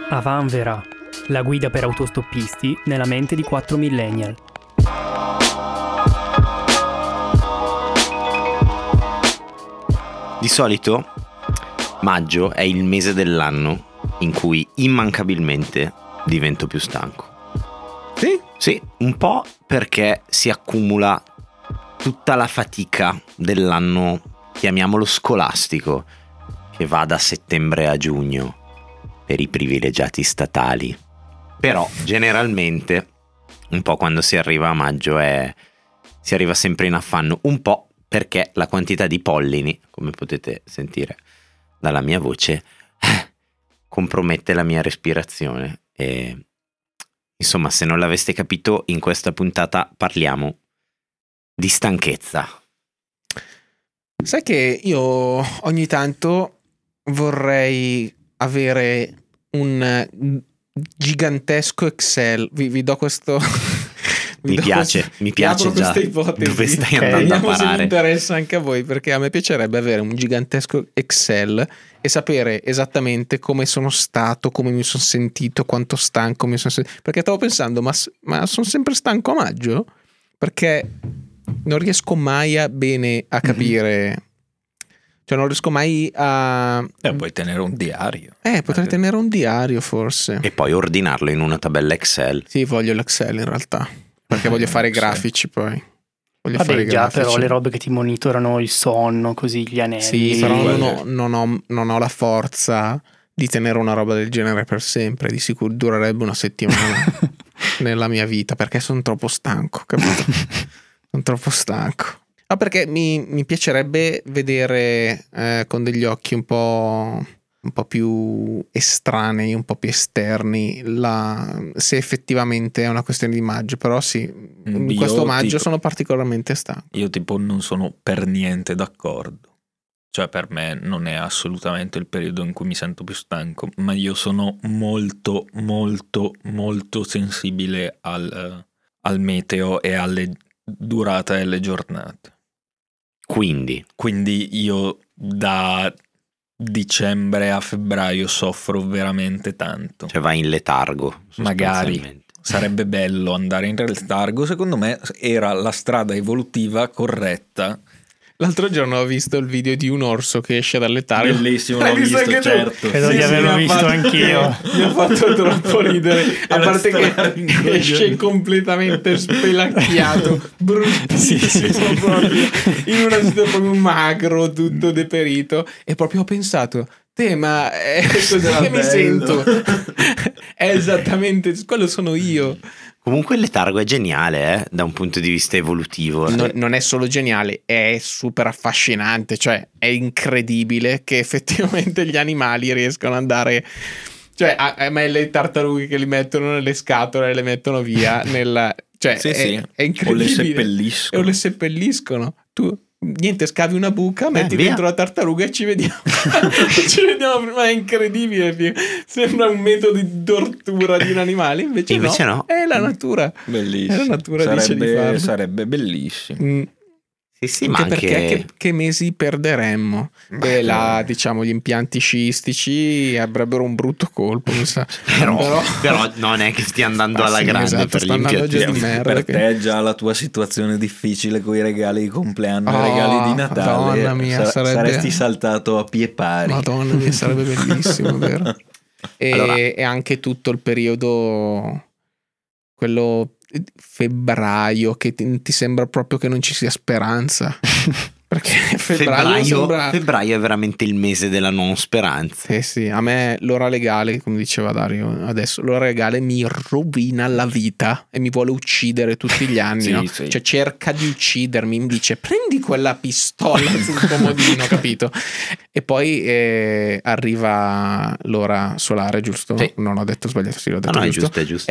Avanvera, la guida per autostoppisti nella mente di 4 millennial. Di solito maggio è il mese dell'anno in cui immancabilmente divento più stanco. Sì? Sì, un po' perché si accumula tutta la fatica dell'anno, chiamiamolo scolastico, che va da settembre a giugno per i privilegiati statali. Però generalmente un po' quando si arriva a maggio si arriva sempre in affanno, un po' perché la quantità di pollini, come potete sentire dalla mia voce, compromette la mia respirazione. E insomma, se non l'aveste capito, in questa puntata parliamo di stanchezza. Sai che io ogni tanto vorrei avere un gigantesco Excel. Vi do questo. Mi piace già dove stai andando a Vediamo se parare. mi interessa anche a voi, perché a me piacerebbe avere un gigantesco Excel e sapere esattamente come sono stato, come mi sono sentito, quanto stanco mi sono sentito. Perché stavo pensando, ma sono sempre stanco a maggio? Perché non riesco mai bene a capire. Cioè non riesco mai a... Puoi tenere un diario. Potrei tenere un diario forse. E poi ordinarlo in una tabella Excel. Sì, voglio l'Excel in realtà, perché voglio fare i grafici poi. Voglio fare i Vabbè, già grafici. però le robe che ti monitorano il sonno, così gli anelli. Sì, però non ho la forza di tenere una roba del genere per sempre. Di sicuro durerebbe una settimana nella mia vita, perché sono troppo stanco, capito? Sono troppo stanco. Ah, perché mi piacerebbe vedere con degli occhi un po' più estranei, un po' più esterni, se effettivamente è una questione di maggio. Però sì, in questo maggio sono particolarmente stanco. Io tipo non sono per niente d'accordo. Cioè per me non è assolutamente il periodo in cui mi sento più stanco, ma io sono molto molto molto sensibile al meteo e alle durate delle giornate. Quindi io da dicembre a febbraio soffro veramente tanto. cioè vai in letargo. Magari sarebbe bello andare in letargo. Secondo me era la strada evolutiva corretta. L'altro giorno ho visto il video di un orso che esce dal letargo. Bellissimo, l'ho visto, certo. Credo di averlo visto anch'io. Mi ha fatto troppo ridere. A parte che esce completamente spelacchiato, bruttissimo, proprio in una situazione proprio magro, tutto deperito. E proprio ho pensato, ma cos'è che mi sento? È esattamente quello, sono io. Comunque il letargo è geniale, da un punto di vista evolutivo. Non è solo geniale, è super affascinante. Cioè è incredibile che effettivamente gli animali riescano ad andare. Cioè a me le tartarughe che li mettono nelle scatole e le mettono via cioè Sì, è incredibile. O le seppelliscono. Tu niente, scavi una buca, metti dentro la tartaruga e ci vediamo. Ci vediamo prima. È incredibile, sembra un metodo di tortura di un animale, invece no. È la natura. Bellissimo. È la natura, dice di farlo. Sarebbe bellissimo. Sì, ma anche perché che mesi perderemmo? E là, diciamo, gli impianti sciistici avrebbero un brutto colpo, mi sa. Però non è che stia andando alla grande, esatto, per gli impianti. Per te già la tua situazione difficile con i regali di compleanno e i regali di Natale. Madonna mia, saresti saltato a pie pari. Madonna mia, sarebbe bellissimo, vero? E anche tutto il periodo, quello febbraio, che ti sembra proprio che non ci sia speranza. Perché febbraio è veramente il mese della non speranza. Sì, a me l'ora legale, come diceva Dario adesso, l'ora legale mi rovina la vita e mi vuole uccidere tutti gli anni. Sì, no? sì. Cioè cerca di uccidermi, mi dice prendi quella pistola sul comodino, capito? E poi arriva l'ora solare, giusto? Sì. Non ho detto sbagliato, sì, l'ho detto giusto. È giusto.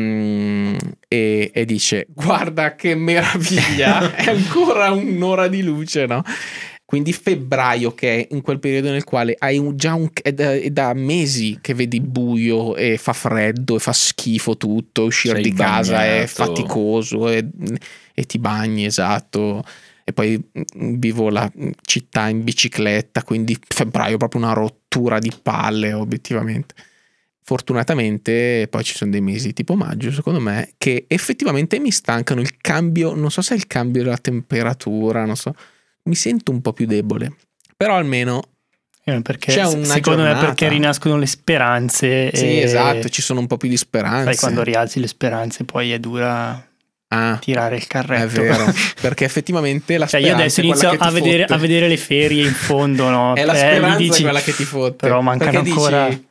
E dice guarda che meraviglia, è ancora un'ora di luce, no? Quindi febbraio, che è in quel periodo nel quale hai è da mesi che vedi buio e fa freddo e fa schifo tutto, uscire Sei di casa bagnato. è faticoso e ti bagni, esatto. E poi vivo la città in bicicletta, quindi febbraio è proprio una rottura di palle, obiettivamente. Fortunatamente poi ci sono dei mesi tipo maggio, secondo me, che effettivamente mi stancano. Il cambio, non so se è il cambio della temperatura, non so, mi sento un po' più debole, però almeno perché c'è una secondo me giornata. perché rinascono le speranze. Sì, e esatto, ci sono un po' più di speranze. sai, quando rialzi le speranze poi è dura tirare il carretto. È vero, perché effettivamente la cioè, speranza io adesso è quella inizio che ti a vedere le ferie in fondo, no? è la lì speranza dici, quella che ti fotte, però mancano perché ancora. dici,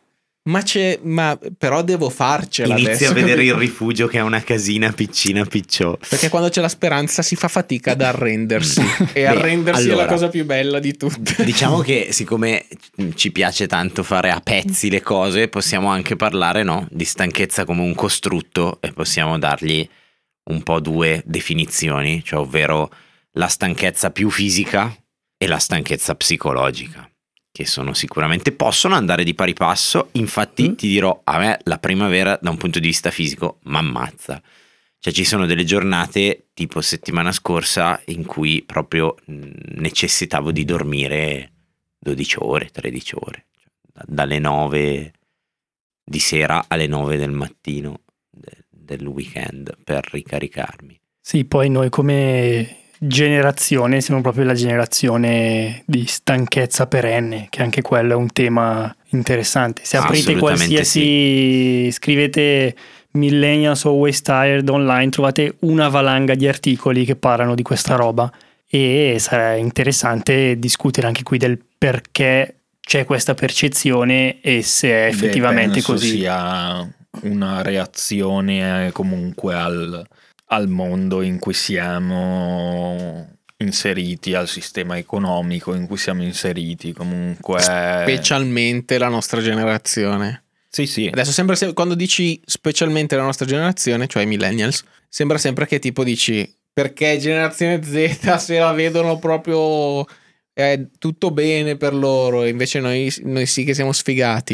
ma però devo farcela Inizi adesso. a vedere il rifugio che è una casina piccina picciò. Perché quando c'è la speranza si fa fatica ad arrendersi e arrendersi è allora, la cosa più bella di tutte. Diciamo che siccome ci piace tanto fare a pezzi le cose, possiamo anche parlare, no, di stanchezza come un costrutto, e possiamo dargli un po' due definizioni, cioè ovvero la stanchezza più fisica e la stanchezza psicologica, che sono sicuramente, possono andare di pari passo. Infatti ti dirò, a me la primavera da un punto di vista fisico m'ammazza. Cioè ci sono delle giornate tipo settimana scorsa in cui proprio necessitavo di dormire 12 ore, 13 ore, dalle 9 di sera alle 9 del mattino del weekend per ricaricarmi. Sì, poi noi come generazione siamo proprio la generazione di stanchezza perenne, che anche quello è un tema interessante. Se aprite qualsiasi, scrivete Millennials Always Tired online, trovate una valanga di articoli che parlano di questa roba, e sarà interessante discutere anche qui del perché c'è questa percezione e se è effettivamente penso così. Sia una reazione comunque al mondo in cui siamo inseriti, al sistema economico in cui siamo inseriti, comunque Specialmente la nostra generazione. Sì. Adesso sembra quando dici specialmente la nostra generazione, cioè i millennials, sembra sempre che tipo dici perché generazione Z se la vedono proprio è tutto bene per loro, e invece noi sì che siamo sfigati.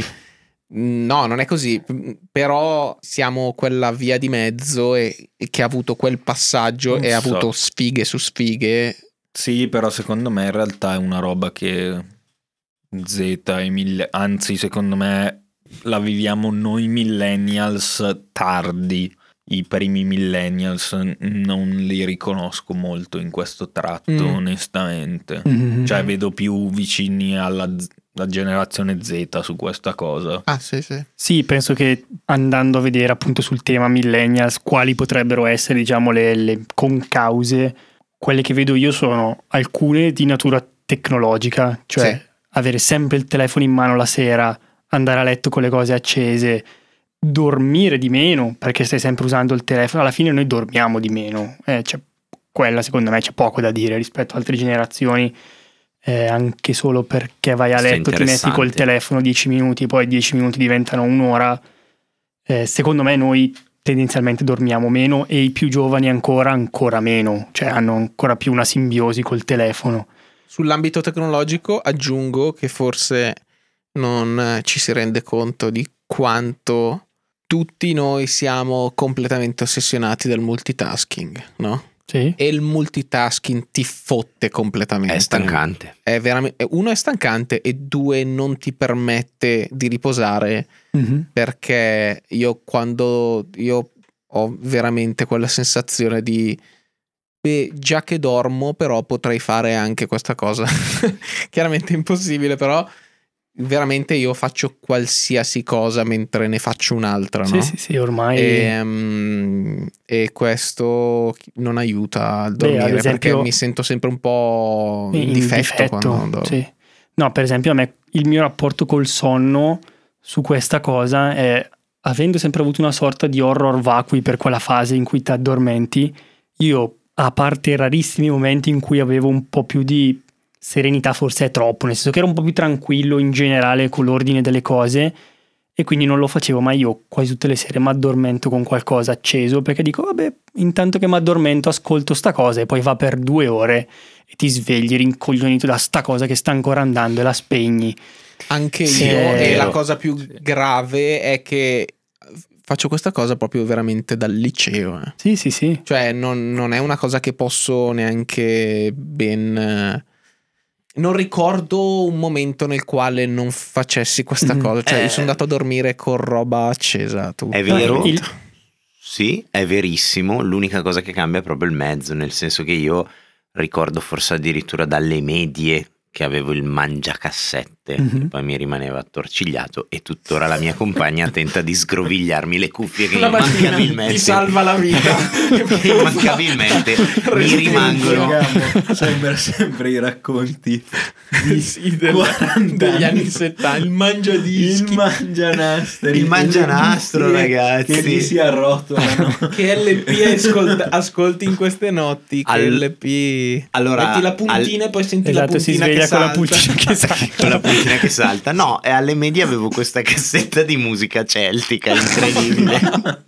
No, non è così, però siamo quella via di mezzo e che ha avuto quel passaggio e ha avuto sfighe su sfighe. Sì, però secondo me in realtà è una roba che Z anzi secondo me la viviamo noi millennials tardi. I primi millennials non li riconosco molto in questo tratto, onestamente. Cioè vedo più vicini alla generazione Z su questa cosa. Ah, sì. Sì, penso che andando a vedere appunto sul tema millennials quali potrebbero essere, diciamo, le concause, quelle che vedo io sono alcune di natura tecnologica, cioè avere sempre il telefono in mano la sera, andare a letto con le cose accese, dormire di meno perché stai sempre usando il telefono. Alla fine noi dormiamo di meno, quella secondo me c'è poco da dire rispetto ad altre generazioni, anche solo perché vai a letto, ti metti col telefono 10 minuti, poi 10 minuti diventano un'ora. Secondo me noi tendenzialmente dormiamo meno e i più giovani ancora meno, cioè hanno ancora più una simbiosi col telefono. Sull'ambito tecnologico aggiungo che forse non ci si rende conto di quanto tutti noi siamo completamente ossessionati dal multitasking, no? Sì. E il multitasking ti fotte completamente. È stancante. È veramente, uno, è stancante, e due, non ti permette di riposare, perché io ho veramente quella sensazione di già che dormo, però potrei fare anche questa cosa. Chiaramente impossibile, però veramente io faccio qualsiasi cosa mentre ne faccio un'altra, no? Sì, ormai. E questo non aiuta a dormire, ad esempio, perché mi sento sempre un po' in difetto quando dormo. Sì. No, per esempio a me il mio rapporto col sonno su questa cosa è, avendo sempre avuto una sorta di horror vacui per quella fase in cui ti addormenti, io, a parte rarissimi momenti in cui avevo un po' più di serenità, forse è troppo, nel senso che ero un po' più tranquillo in generale con l'ordine delle cose, e quindi non lo facevo, ma io quasi tutte le sere mi addormento con qualcosa acceso, perché dico vabbè, intanto che mi addormento ascolto sta cosa, e poi va per 2 ore e ti svegli rincoglionito da sta cosa che sta ancora andando e la spegni. Anche io, e la cosa più grave è che faccio questa cosa proprio veramente dal liceo. Sì. Cioè non è una cosa che posso neanche ben non ricordo un momento nel quale non facessi questa cosa. Cioè, io sono andato a dormire con roba accesa. È vero? Sì, è verissimo. L'unica cosa che cambia è proprio il mezzo, nel senso che io ricordo forse addirittura dalle medie che avevo il mangiacassette, e poi mi rimaneva attorcigliato, e tuttora la mia compagna tenta di sgrovigliarmi le cuffie che immancabilmente ti salva la vita. che immancabilmente mi rimangono. Sembra sempre i racconti degli anni 70. Il mangiadischi, il mangianastro, ragazzi, che gli si arrotolano. Che LP ascolti in queste notti? Che LP, allora, metti la puntina e poi senti la puntina si sveglia che con la salta. puntina che salta. Con la puntina che salta. No, e alle medie avevo questa cassetta di musica celtica incredibile.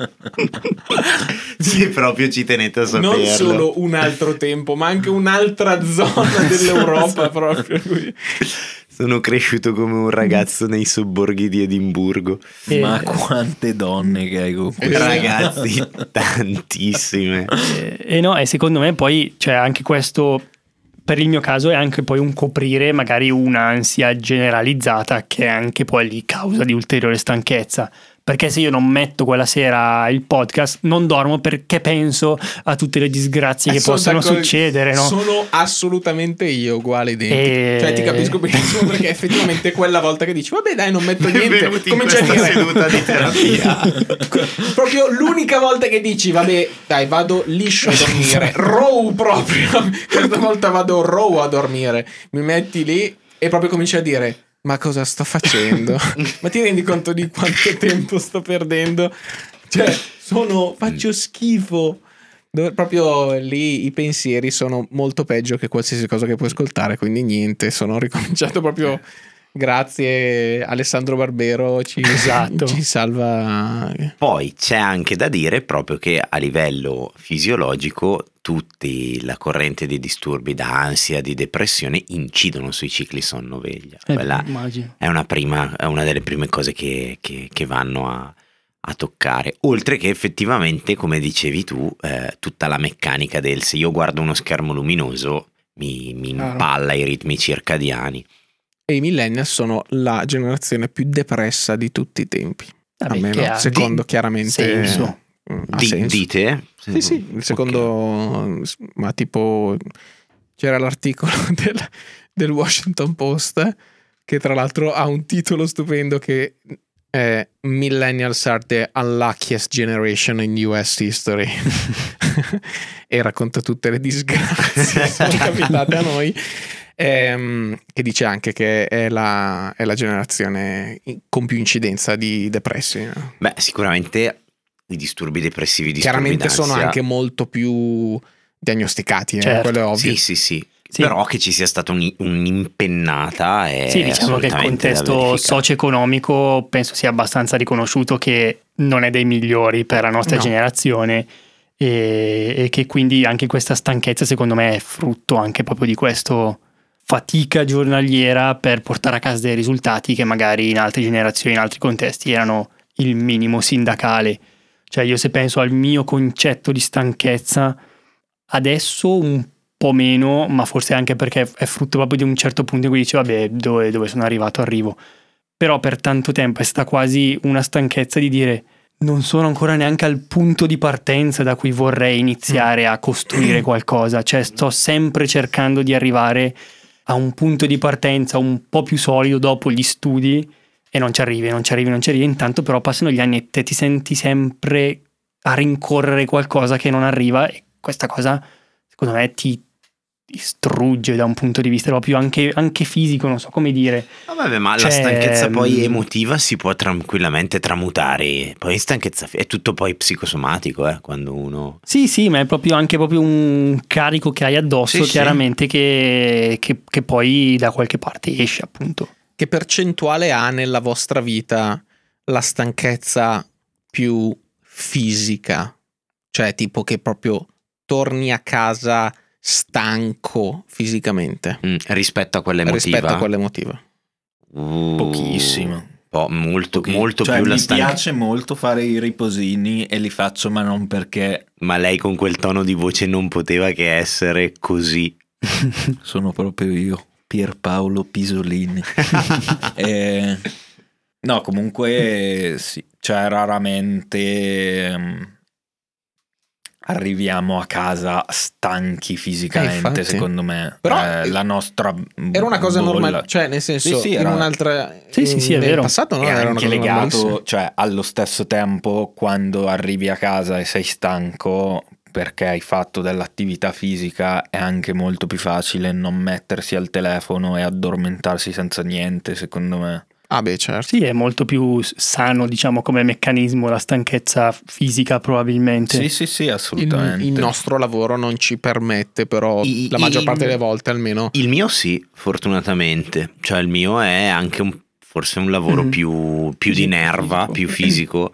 Se proprio ci tenete a saperlo. Non solo un altro tempo, ma anche un'altra zona dell'Europa proprio. Sono cresciuto come un ragazzo nei sobborghi di Edimburgo. Ma quante donne che hai con questo? Ragazzi, tantissime. E secondo me poi, cioè, anche questo, per il mio caso, è anche poi un coprire magari un'ansia generalizzata che è anche poi lì causa di ulteriore stanchezza. Perché se io non metto quella sera il podcast, non dormo perché penso a tutte le disgrazie che possono succedere, no? Sono assolutamente io, uguale identico. Cioè ti capisco benissimo, perché effettivamente quella volta che dici vabbè dai non metto niente, comincia a dire seduta di terapia. Proprio l'unica volta che dici vabbè dai vado liscio a dormire, raw proprio, questa volta vado raw a dormire, mi metti lì e proprio cominci a dire ma cosa sto facendo? Ma ti rendi conto di quanto tempo sto perdendo? Cioè, faccio schifo. Proprio lì i pensieri sono molto peggio che qualsiasi cosa che puoi ascoltare, quindi niente, sono ricominciato proprio grazie Alessandro Barbero, ci salva. Poi c'è anche da dire proprio che a livello fisiologico la corrente di disturbi da ansia, di depressione incidono sui cicli sonno-veglia. Quella è una delle prime cose che vanno a toccare, oltre che effettivamente, come dicevi tu, tutta la meccanica del se io guardo uno schermo luminoso mi impalla i ritmi circadiani. E i millennials sono la generazione più depressa di tutti i tempi. Almeno secondo chiaramente senso. Dite? Sì, il secondo, ma tipo c'era l'articolo del Washington Post che tra l'altro ha un titolo stupendo che è Millennials are the unluckiest generation in US history e racconta tutte le disgrazie che sono capitate a noi, che dice anche che è la generazione con più incidenza di depressi. Beh, sicuramente i disturbi depressivi, chiaramente sono anche molto più diagnosticati, certo. Quello è ovvio. Sì. Però che ci sia stata un'impennata è diciamo che il contesto socio-economico penso sia abbastanza riconosciuto che non è dei migliori per la nostra generazione e che quindi anche questa stanchezza secondo me è frutto anche proprio di questo fatica giornaliera per portare a casa dei risultati che magari in altre generazioni, in altri contesti erano il minimo sindacale. Cioè io se penso al mio concetto di stanchezza adesso un po' meno, ma forse anche perché è frutto proprio di un certo punto in cui dice vabbè dove sono arrivo, però per tanto tempo è stata quasi una stanchezza di dire non sono ancora neanche al punto di partenza da cui vorrei iniziare a costruire qualcosa, cioè sto sempre cercando di arrivare a un punto di partenza un po' più solido dopo gli studi e non ci arrivi, intanto però passano gli anni e te ti senti sempre a rincorrere qualcosa che non arriva e questa cosa secondo me ti distrugge da un punto di vista proprio anche fisico, non so come dire. Vabbè, ma la stanchezza poi emotiva si può tranquillamente tramutare, poi stanchezza è tutto poi psicosomatico, quando uno sì, ma è proprio un carico che hai addosso, chiaramente che poi da qualche parte esce, appunto. Che percentuale ha nella vostra vita la stanchezza più fisica? Cioè tipo che proprio torni a casa stanco fisicamente rispetto a quella emotiva? Pochissimo. Molto cioè, più la mi piace molto fare i riposini e li faccio, ma non perché. Ma lei con quel tono di voce non poteva che essere così. Sono proprio io. Pierpaolo Pisolini. No, comunque sì, cioè raramente arriviamo a casa stanchi fisicamente, infatti. secondo me. Però la nostra era una cosa bolla. normale, cioè nel senso Sì, in era... un'altra Sì, è nel vero. passato no, è era una anche cosa normalissima. legato, cioè allo stesso tempo quando arrivi a casa e sei stanco perché hai fatto dell'attività fisica, è anche molto più facile non mettersi al telefono e addormentarsi senza niente, secondo me. Ah beh, certo. Sì, è molto più sano, diciamo, come meccanismo la stanchezza fisica probabilmente. Sì, assolutamente. Il nostro lavoro non ci permette, però la maggior parte delle volte almeno. Il mio sì, fortunatamente. Cioè il mio è anche forse un lavoro più di nerva, fisico. più fisico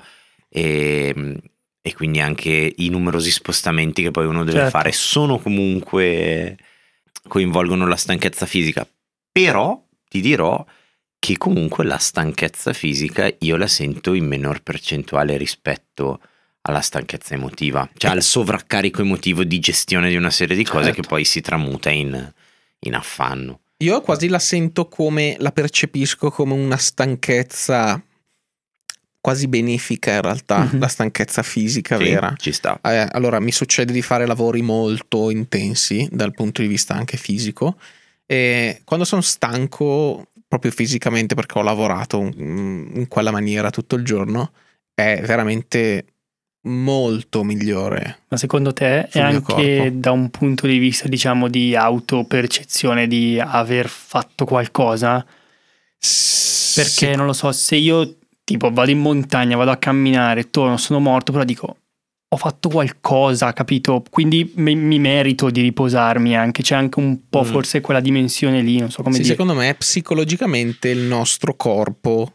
e quindi anche i numerosi spostamenti che poi uno deve fare sono comunque coinvolgono la stanchezza fisica. Però ti dirò che comunque la stanchezza fisica io la sento in minor percentuale rispetto alla stanchezza emotiva, cioè al sovraccarico emotivo di gestione di una serie di cose che poi si tramuta in affanno. Io quasi la sento la percepisco come una stanchezza quasi benefica in realtà, la stanchezza fisica vera. Ci sta. Allora mi succede di fare lavori molto intensi dal punto di vista anche fisico e quando sono stanco proprio fisicamente perché ho lavorato in quella maniera tutto il giorno è veramente molto migliore. Ma secondo te è anche corpo. da un punto di vista, diciamo, di autopercezione di aver fatto qualcosa? Perché non lo so, se io tipo vado in montagna, vado a camminare, torno, sono morto, però dico ho fatto qualcosa, capito? Quindi mi merito di riposarmi anche, c'è anche un po' forse quella dimensione lì, non so come dire. Secondo me psicologicamente al nostro corpo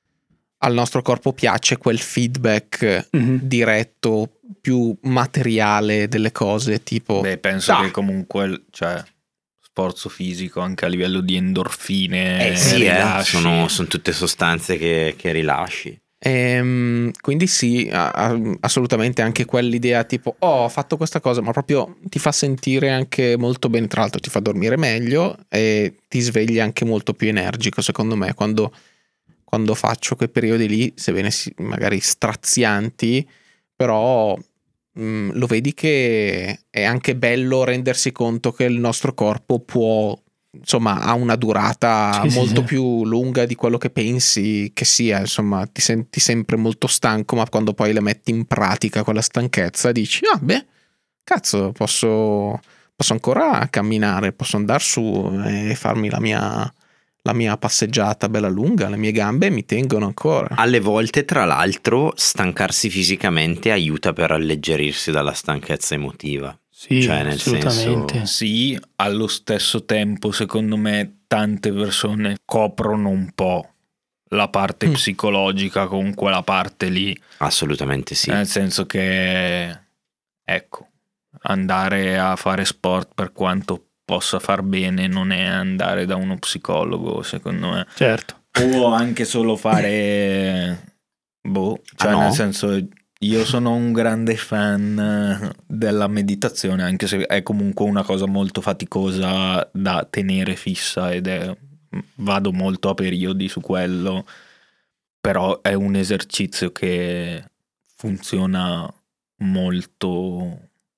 piace quel feedback diretto, più materiale delle cose, tipo Beh, penso che comunque, cioè, sforzo fisico anche a livello di endorfine rilasci. Sono tutte sostanze che rilasci. Quindi sì, assolutamente anche quell'idea tipo ho fatto questa cosa, ma proprio ti fa sentire anche molto bene, tra l'altro ti fa dormire meglio e ti svegli anche molto più energico secondo me quando faccio quei periodi lì, sebbene magari strazianti, però lo vedi che è anche bello rendersi conto che il nostro corpo può, insomma, ha una durata molto più lunga di quello che pensi che sia, insomma, ti senti sempre molto stanco, ma quando poi le metti in pratica quella stanchezza dici, ah beh, cazzo, posso ancora camminare, posso andare su e farmi la mia passeggiata bella lunga, le mie gambe mi tengono ancora. Alle volte, tra l'altro, stancarsi fisicamente aiuta per alleggerirsi dalla stanchezza emotiva. Sì, cioè, nel assolutamente. senso... Sì, allo stesso tempo, secondo me, tante persone coprono un po' la parte psicologica con quella parte lì. Assolutamente sì. Nel senso che, ecco, andare a fare sport per quanto possa far bene non è andare da uno psicologo, secondo me. Certo. O anche solo fare nel senso, io sono un grande fan della meditazione, anche se è comunque una cosa molto faticosa da tenere fissa vado molto a periodi su quello, però è un esercizio che funziona molto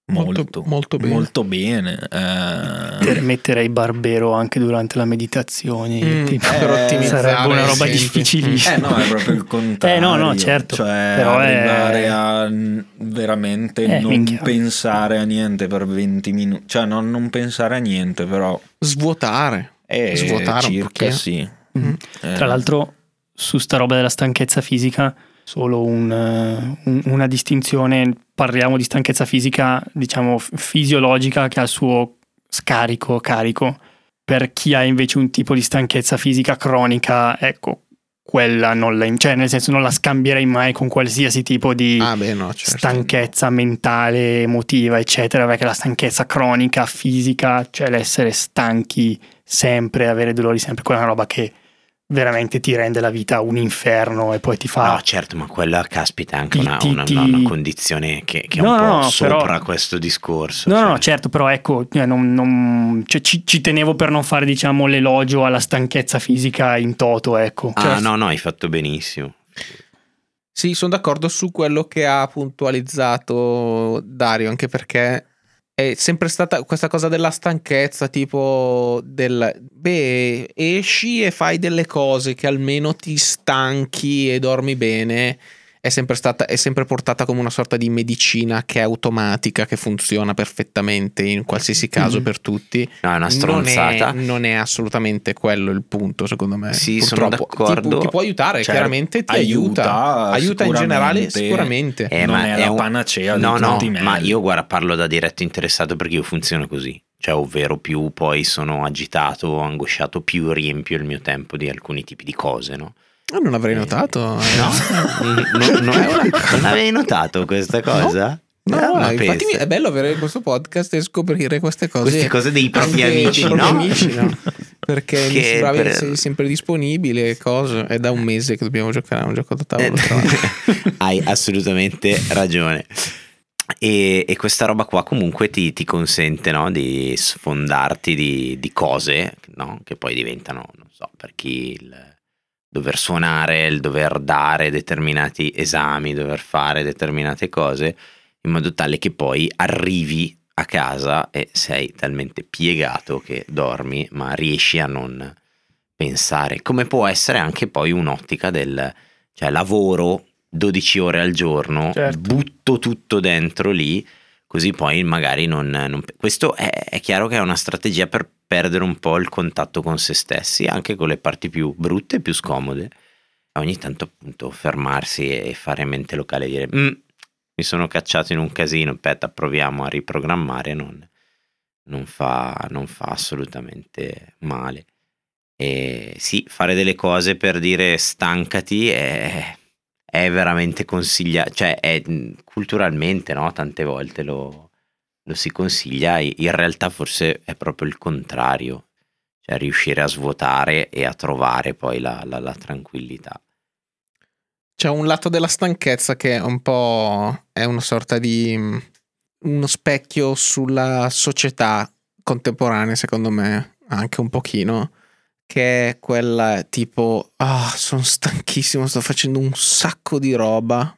bene. Metterei Barbero anche durante la meditazione, per ottimizzare, sarebbe una roba difficilissima. No, è proprio il contrario. No, certo. Cioè però arrivare a veramente non minchia. pensare a niente per 20 minuti, cioè non pensare a niente, però svuotare circa un pochino. sì. Tra l'altro su sta roba della stanchezza fisica solo una distinzione, parliamo di stanchezza fisica, diciamo fisiologica, che ha il suo carico. Per chi ha invece un tipo di stanchezza fisica cronica, ecco, quella non la, cioè nel senso non la scambierei mai con qualsiasi tipo di stanchezza mentale, emotiva, eccetera, perché la stanchezza cronica, fisica, cioè l'essere stanchi sempre, avere dolori sempre, quella è una roba che veramente ti rende la vita un inferno e poi ti fa... No, certo, ma quella, caspita, è anche una condizione che è No, un po' no, sopra però- questo discorso. No, cioè. no, certo, però ecco, cioè, ci tenevo per non fare, diciamo, l'elogio alla stanchezza fisica in toto, ecco. Cioè, No, hai fatto benissimo. Sì, sono d'accordo su quello che ha puntualizzato Dario, anche perché è sempre stata questa cosa della stanchezza, tipo esci e fai delle cose che almeno ti stanchi e dormi bene. È sempre portata come una sorta di medicina che è automatica, che funziona perfettamente in qualsiasi caso per tutti. No, è una stronzata. Non è assolutamente quello il punto, secondo me. Sì, sono Purtroppo. d'accordo. Ti può aiutare, Certo, chiaramente ti aiuta in generale, sicuramente. non ma è è la un- panacea No, di tutti i mali. ma io guarda, parlo da diretto interessato perché io funziono così. Cioè, ovvero più poi sono agitato o angosciato, più riempio il mio tempo di alcuni tipi di cose, no? Non avrei notato. No? Non avevi notato questa cosa? No, Ma infatti pensa. è bello avere questo podcast e scoprire queste cose. Queste cose dei propri anche amici, dei propri no? amici, no? Perché mi Che sembrava per- essere sempre disponibile e cose. È da un mese che dobbiamo giocare a un gioco da tavolo. tra l'altro. Hai assolutamente ragione. E questa roba qua comunque ti consente, no, di sfondarti di cose, no? Che poi diventano, non so, per chi il dover suonare, il dover dare determinati esami, dover fare determinate cose, in modo tale che poi arrivi a casa e sei talmente piegato che dormi, ma riesci a non pensare. Come può essere anche poi un'ottica cioè lavoro 12 ore al giorno, Certo. butto tutto dentro lì, così poi magari non. Questo è chiaro che è una strategia per perdere un po' il contatto con se stessi, anche con le parti più brutte e più scomode. Ogni tanto appunto fermarsi e fare mente locale e dire mi sono cacciato in un casino, aspetta, proviamo a riprogrammare, non fa assolutamente male. E sì, fare delle cose per dire stancati è veramente consigliato, cioè è culturalmente, no? Tante volte lo si consiglia, in realtà forse è proprio il contrario, cioè riuscire a svuotare e a trovare poi la tranquillità. C'è un lato della stanchezza che è un po' è una sorta di uno specchio sulla società contemporanea, secondo me, anche un pochino, che è quella tipo sono stanchissimo, sto facendo un sacco di roba.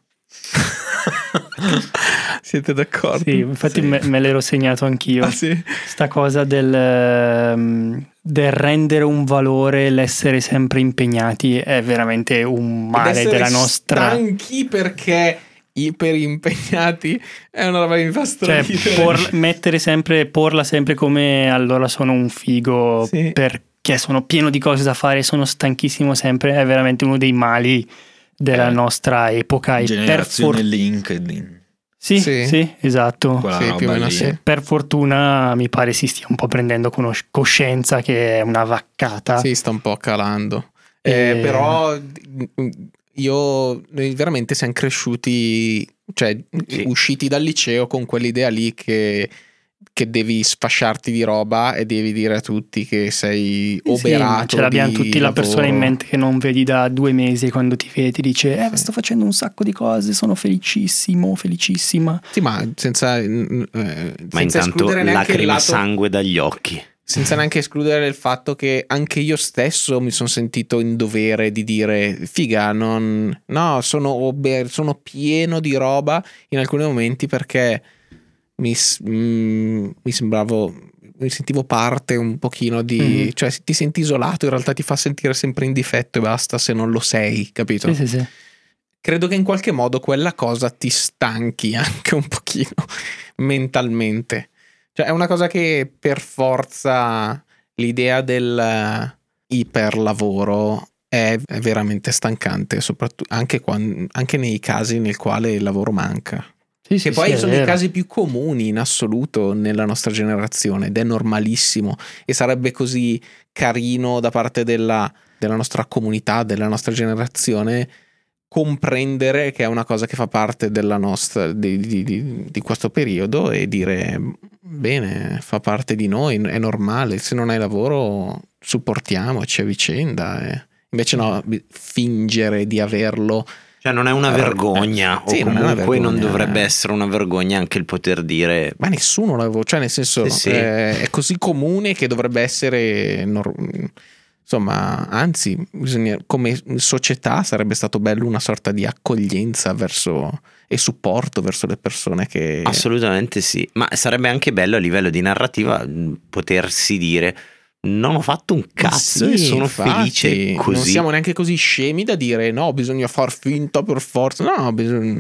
Siete d'accordo? Sì, infatti Sì. me l'ero segnato anch'io. Ah, sì? Sta cosa del rendere un valore, l'essere sempre impegnati è veramente un male della nostra... stanchi perché iper impegnati è una roba che mi fa Cioè, straridere. porla sempre come allora sono un figo Sì. perché sono pieno di cose da fare, sono stanchissimo sempre, è veramente uno dei mali della nostra epoca. E Generazione LinkedIn. Sì, Sì. sì, esatto. Quella Sì, roba più o meno lì. sì. Per fortuna mi pare si stia un po' prendendo coscienza che è una vaccata. Sì, sta un po' calando. E- Però noi veramente siamo cresciuti, cioè Sì. usciti dal liceo con quell'idea lì che devi sfasciarti di roba e devi dire a tutti che sei Sì, oberato. ma ce l'abbiamo di tutti la persona in lavoro. mente che non vedi da 2 mesi, quando ti vede ti dice Sì. sto facendo un sacco di cose, sono felicissima. Sì, ma senza Ma intanto escludere neanche il lacrima lato, sangue dagli occhi. senza neanche escludere il fatto che anche io stesso mi sono sentito in dovere di dire figa, no, sono pieno di roba in alcuni momenti perché mi sentivo parte un pochino di cioè ti senti isolato, in realtà ti fa sentire sempre in difetto e basta se non lo sei, capito? Sì. Credo che in qualche modo quella cosa ti stanchi anche un pochino mentalmente. Cioè è una cosa che per forza l'idea del iperlavoro è veramente stancante, soprattutto anche nei casi nel quale il lavoro manca. Sì, Che poi è sono i vero. casi più comuni in assoluto nella nostra generazione ed è normalissimo e sarebbe così carino da parte della nostra comunità, della nostra generazione, comprendere che è una cosa che fa parte della nostra di questo periodo e dire bene, fa parte di noi, è normale, se non hai lavoro supportiamoci a vicenda Invece no, fingere di averlo. Cioè non è una vergogna, o sì, non è una comunque non vergogna. dovrebbe essere una vergogna anche il poter dire... Ma nessuno l'avevo, cioè nel senso Sì. è così comune che dovrebbe essere insomma, anzi, come società sarebbe stato bello una sorta di accoglienza verso e supporto verso le persone che... Assolutamente sì, ma sarebbe anche bello a livello di narrativa potersi dire non ho fatto un cazzo Sì, e sono infatti, felice così. Non siamo neanche così scemi da dire no, bisogna far finta per forza. No, bisogna...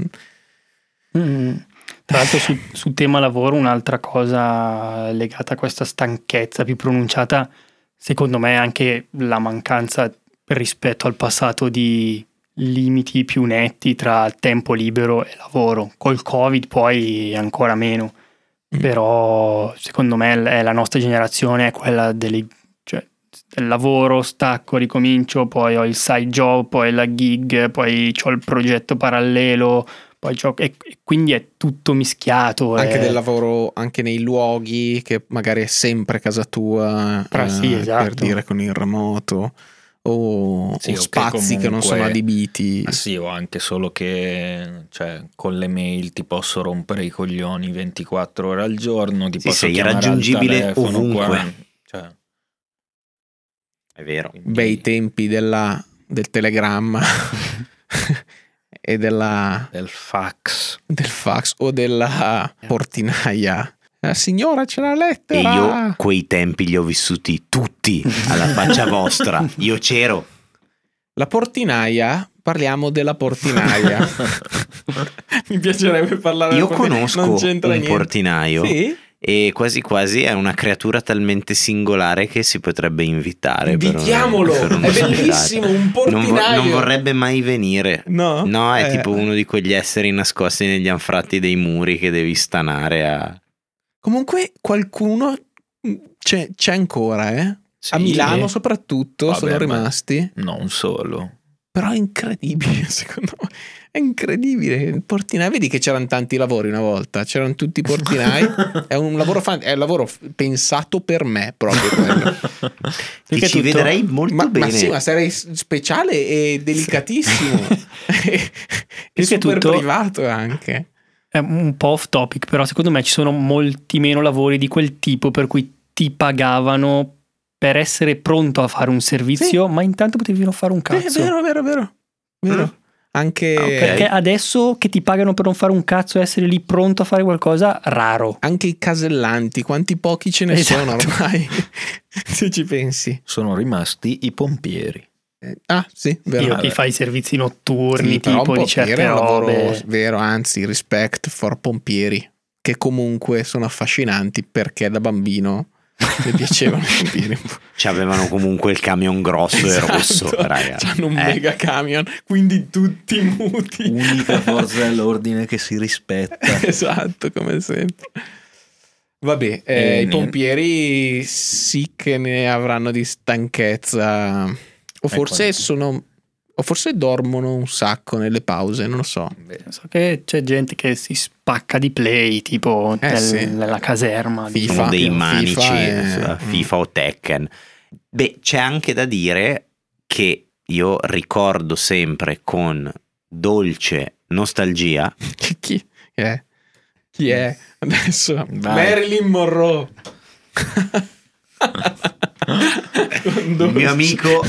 Tra l'altro sul tema lavoro un'altra cosa legata a questa stanchezza più pronunciata, secondo me è anche la mancanza rispetto al passato di limiti più netti tra tempo libero e lavoro. Col Covid poi ancora meno, però secondo me è la nostra generazione è quella del lavoro, stacco, ricomincio, poi ho il side job, poi la gig, poi ho il progetto parallelo, poi e quindi è tutto mischiato. Anche del lavoro, anche nei luoghi che magari è sempre casa tua, Sì, esatto. per dire con il remoto, o spazi comunque, che non sono adibiti. Sì, o anche solo che con le mail ti posso rompere i coglioni 24 ore al giorno, ti posso sei chiamare raggiungibile al telefono, ovunque. È vero. Bei tempi del telegramma e del fax o della portinaia. La signora c'è la lettera. E io quei tempi li ho vissuti tutti alla faccia vostra. Io c'ero. La portinaia, parliamo della portinaia. Mi piacerebbe parlare. Io conosco non c'entra un niente. portinaio. Sì? E quasi quasi è una creatura talmente singolare che si potrebbe invitare. Invitiamolo, per è bellissimo, un portinaio. Non vorrebbe mai venire. No, è tipo uno di quegli esseri nascosti negli anfratti dei muri che devi stanare a... Comunque qualcuno c'è ancora, Sì, a Milano soprattutto. Vabbè, sono rimasti. Non solo. Però è incredibile, secondo me. È incredibile. Il portinaio, vedi che c'erano tanti lavori una volta. C'erano tutti i portinai. È un lavoro è un lavoro pensato per me, proprio quello. Ti ci vedrei molto bene. Ma sì, ma sarei speciale e delicatissimo. E super privato anche. È un po' off topic, però secondo me ci sono molti meno lavori di quel tipo per cui ti pagavano per essere pronto a fare un servizio, sì, ma intanto potevi non fare un cazzo. È vero. Anche perché adesso che ti pagano per non fare un cazzo e essere lì pronto a fare qualcosa, raro. Anche i casellanti, quanti pochi ce ne sono ormai, se ci pensi. Sono rimasti i pompieri. Sì, vero. Io che fai i servizi notturni, sì, tipo di certe robe. Vero, anzi, respect for pompieri, che comunque sono affascinanti perché da bambino mi piacevano i pompieri. C'avevano comunque il camion grosso e rosso, ragazzi. C'hanno un mega camion, quindi tutti muti. Unica forza dell'ordine che si rispetta. Esatto, come sempre. Vabbè, i pompieri sì che ne avranno di stanchezza. O forse o forse dormono un sacco nelle pause, non lo so. So che c'è gente che si spacca di play, tipo nella caserma. FIFA, dei manici, FIFA o Tekken. Beh, c'è anche da dire che io ricordo sempre con dolce nostalgia. Chi è? Chi è? Adesso Marilyn Monroe. Il mio amico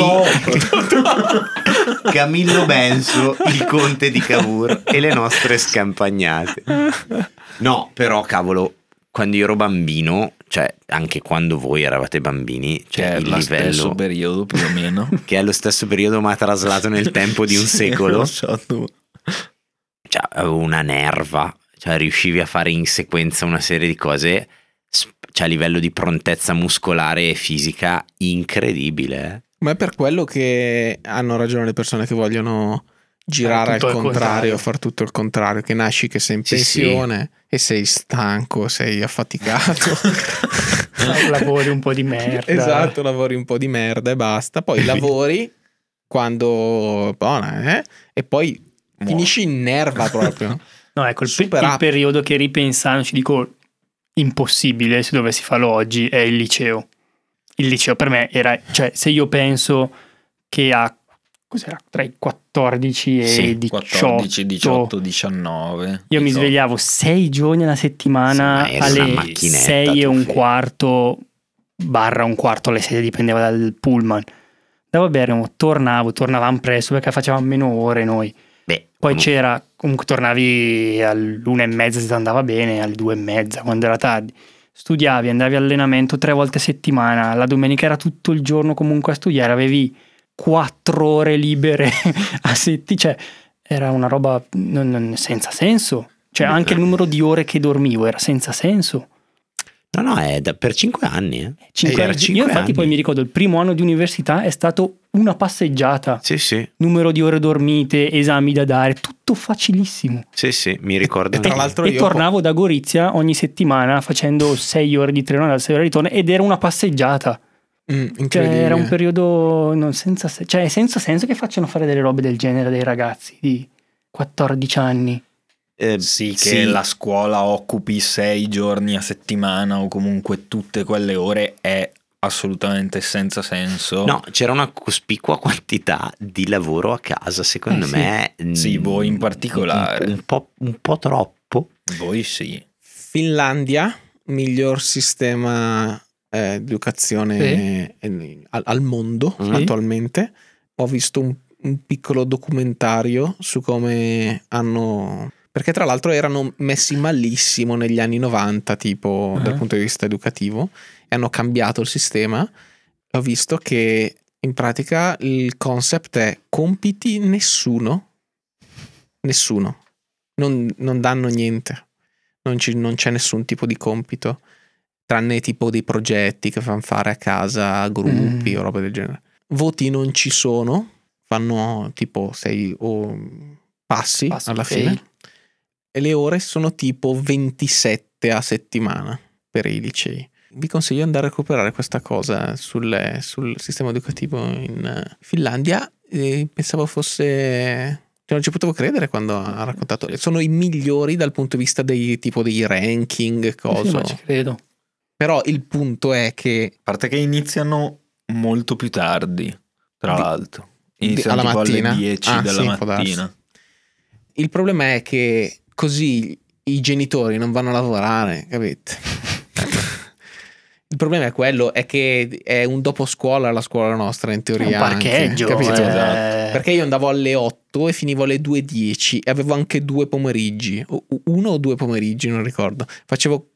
Camillo Benso, il conte di Cavour, e le nostre scampagnate. No, però cavolo, quando io ero bambino, cioè anche quando voi eravate bambini, cioè il livello stesso periodo più o meno, che è lo stesso periodo ma traslato nel tempo di un secolo, cioè avevo una nerva, cioè riuscivi a fare in sequenza una serie di cose, cioè a livello di prontezza muscolare e fisica incredibile. Ma è per quello che hanno ragione le persone che vogliono girare al contrario, far tutto il contrario, che nasci che sei in pensione e sei stanco, sei affaticato. Lavori un po' di merda. Esatto, lavori un po' di merda e basta. Poi lavori quando e poi finisci in nerva proprio. No, ecco, il periodo che ripensando ci dico impossibile se dovessi farlo oggi è il liceo. Il liceo per me era, cioè se io penso che ha cos'era, tra i 14 e Sì, 18. 14, 18, 19. Io mi svegliavo 6 giorni alla settimana Sì, ma eri una alle macchinetta, 6 e tu, un Fede. quarto barra un quarto alle 6, dipendeva dal pullman. Andavo a Bergamo, tornavamo presto perché facevamo meno ore noi. Beh, Poi c'era, comunque tornavi all'1:30 se ti andava bene, alle 2:30 quando era tardi. Studiavi, andavi allenamento 3 volte a settimana, la domenica era tutto il giorno comunque a studiare, avevi 4 ore libere a cioè era una roba senza senso. Cioè anche il numero di ore che dormivo era senza senso. No, è per 5 anni. Io infatti poi mi ricordo il primo anno di università è stato una passeggiata. Sì, Numero di ore dormite, esami da dare, tutto facilissimo. sì, mi ricordo. E tra l'altro E tornavo da Gorizia ogni settimana facendo 6 ore di treno, 6 ore di ritorno, ed era una passeggiata. incredibile. Cioè era un periodo senza senso che facciano fare delle robe del genere dei ragazzi di 14 anni. Sì, che la scuola occupi 6 giorni a settimana o comunque tutte quelle ore è assolutamente senza senso. No, c'era una cospicua quantità di lavoro a casa, secondo me. Sì, voi in particolare. Un po' troppo. Voi sì. Finlandia, miglior sistema di educazione al mondo attualmente. Ho visto un piccolo documentario su come hanno... Perché tra l'altro erano messi malissimo negli anni 90, tipo dal punto di vista educativo, e hanno cambiato il sistema. Ho visto che in pratica il concept è compiti nessuno, non danno niente, non c'è nessun tipo di compito, tranne tipo dei progetti che fanno fare a casa a gruppi o roba del genere. Voti non ci sono, fanno tipo 6 o passi alla fine. E le ore sono tipo 27 a settimana per i licei. Vi consiglio di andare a recuperare questa cosa sul sistema educativo in Finlandia. Pensavo fosse... non ci potevo credere quando ha raccontato. Sono i migliori dal punto di vista dei ranking, cosa. Sì, ma ci credo. Però il punto è che... A parte che iniziano molto più tardi, tra l'altro. Iniziano alla tipo mattina? alle 10 della mattina. Il problema è che così i genitori non vanno a lavorare, capite? Il problema è quello, è che è un dopo scuola la scuola nostra in teoria. È un parcheggio, anche, capito? Esatto. Perché io andavo alle 8 e finivo alle 2:10 e avevo anche 2 pomeriggi, 1 o 2 pomeriggi, non ricordo. Facevo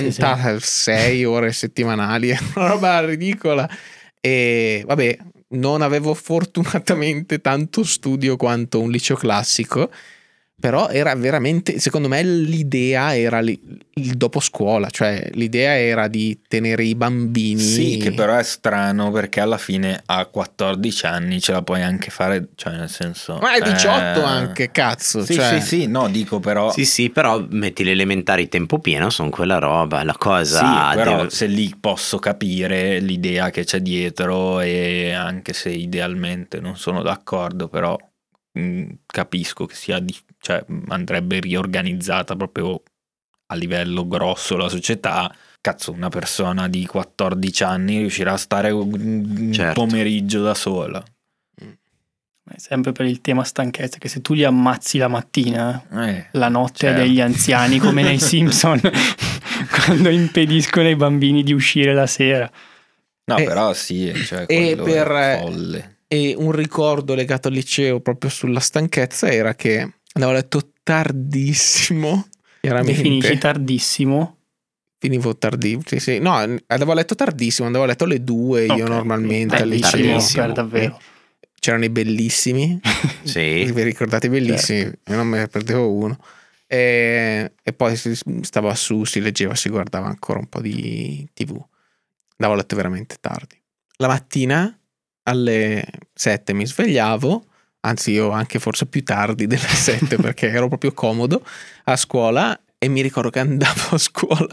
46 ore settimanali, una roba ridicola. E vabbè, non avevo fortunatamente tanto studio quanto un liceo classico, però era veramente, secondo me l'idea era il dopo scuola, cioè l'idea era di tenere i bambini. Sì, che però è strano perché alla fine a 14 anni ce la puoi anche fare, cioè nel senso... Ma è 18 anche, cazzo. Sì, cioè... sì, no, dico però... Sì, però metti le elementari tempo pieno, sono quella roba, la cosa... Sì, però se lì posso capire l'idea che c'è dietro e anche se idealmente non sono d'accordo, però capisco che sia... cioè andrebbe riorganizzata proprio a livello grosso la società. Cazzo, una persona di 14 anni riuscirà a stare un pomeriggio da sola. È sempre per il tema stanchezza, che se tu li ammazzi la mattina, la notte certo. degli anziani, come nei Simpson, quando impediscono ai bambini di uscire la sera. No, però sì, cioè quello è folle. E un ricordo legato al liceo proprio sulla stanchezza era che andavo a letto tardissimo, chiaramente. Definisci tardissimo? Finivo tardissimo, sì. No, andavo a letto tardissimo, andavo a letto alle 2 io normalmente al liceo. Per davvero. C'erano i bellissimi, sì. Vi ricordate i bellissimi? Certo. Io non me ne perdevo uno. E poi stava su, si leggeva, si guardava ancora un po' di TV. Andavo a letto veramente tardi. La mattina alle 7 mi svegliavo, anzi io anche forse più tardi delle 7 perché ero proprio comodo a scuola, e mi ricordo che andavo a scuola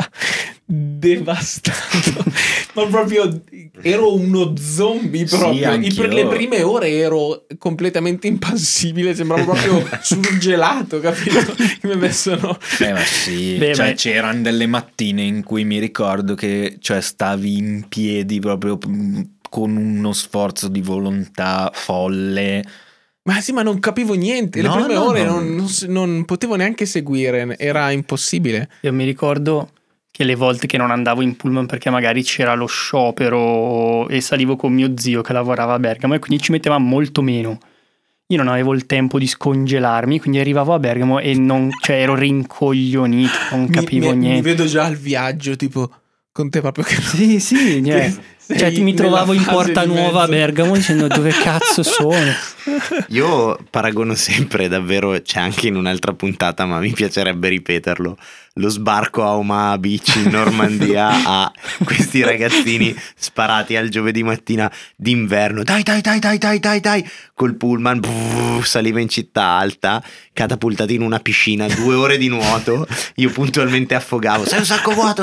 devastato, ma proprio ero uno zombie proprio. Le prime ore ero completamente impassibile, sembravo proprio surgelato, capito? Che mi avessero... ma sì, cioè c'erano delle mattine in cui mi ricordo che stavi in piedi proprio con uno sforzo di volontà folle. Ma sì, ma non capivo niente. Le No, prime no, ore no. non potevo neanche seguire, era impossibile. Io mi ricordo che le volte che non andavo in pullman perché magari c'era lo sciopero e salivo con mio zio che lavorava a Bergamo e quindi ci metteva molto meno. Io non avevo il tempo di scongelarmi, quindi arrivavo a Bergamo e ero rincoglionito, non capivo Mi niente. vedo già al viaggio, tipo, con te proprio che... Sì, sì, sei mi trovavo in nella fase Porta di Nuova a mezzo. Bergamo dicendo dove cazzo sono. Io paragono sempre, davvero, c'è anche in un'altra puntata, ma mi piacerebbe ripeterlo, lo sbarco a Omaha Beach in Normandia a questi ragazzini sparati al giovedì mattina d'inverno, dai, col pullman, saliva in città alta, catapultati in una piscina, 2 ore di nuoto, io puntualmente affogavo, sei un sacco vuoto,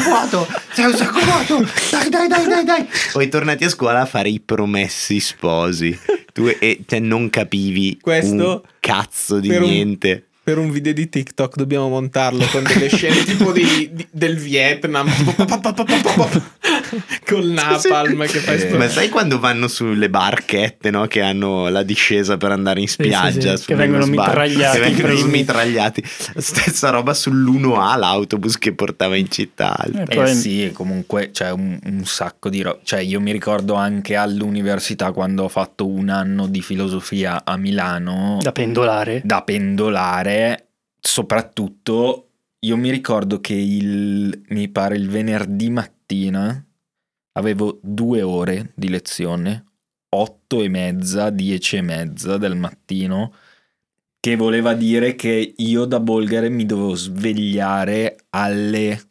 dai. Poi tornati a scuola a fare i promessi sposi. Cioè non capivi Questo un cazzo di per niente. Per un video di TikTok dobbiamo montarlo con delle scene tipo del Vietnam, tipo col napalm che fai sto... Ma sai quando vanno sulle barchette, no? Che hanno la discesa per andare in spiaggia, sì, che vengono mitragliati. che vengono smitragliati. Stessa roba sull'1A, l'autobus che portava in città. Sì, comunque c'è un sacco di roba. Cioè, io mi ricordo anche all'università quando ho fatto un anno di filosofia a Milano Da pendolare. Soprattutto io mi ricordo che mi pare il venerdì mattina avevo 2 ore di lezione, 8:30, 10:30 del mattino, che voleva dire che io da Bolgare mi dovevo svegliare alle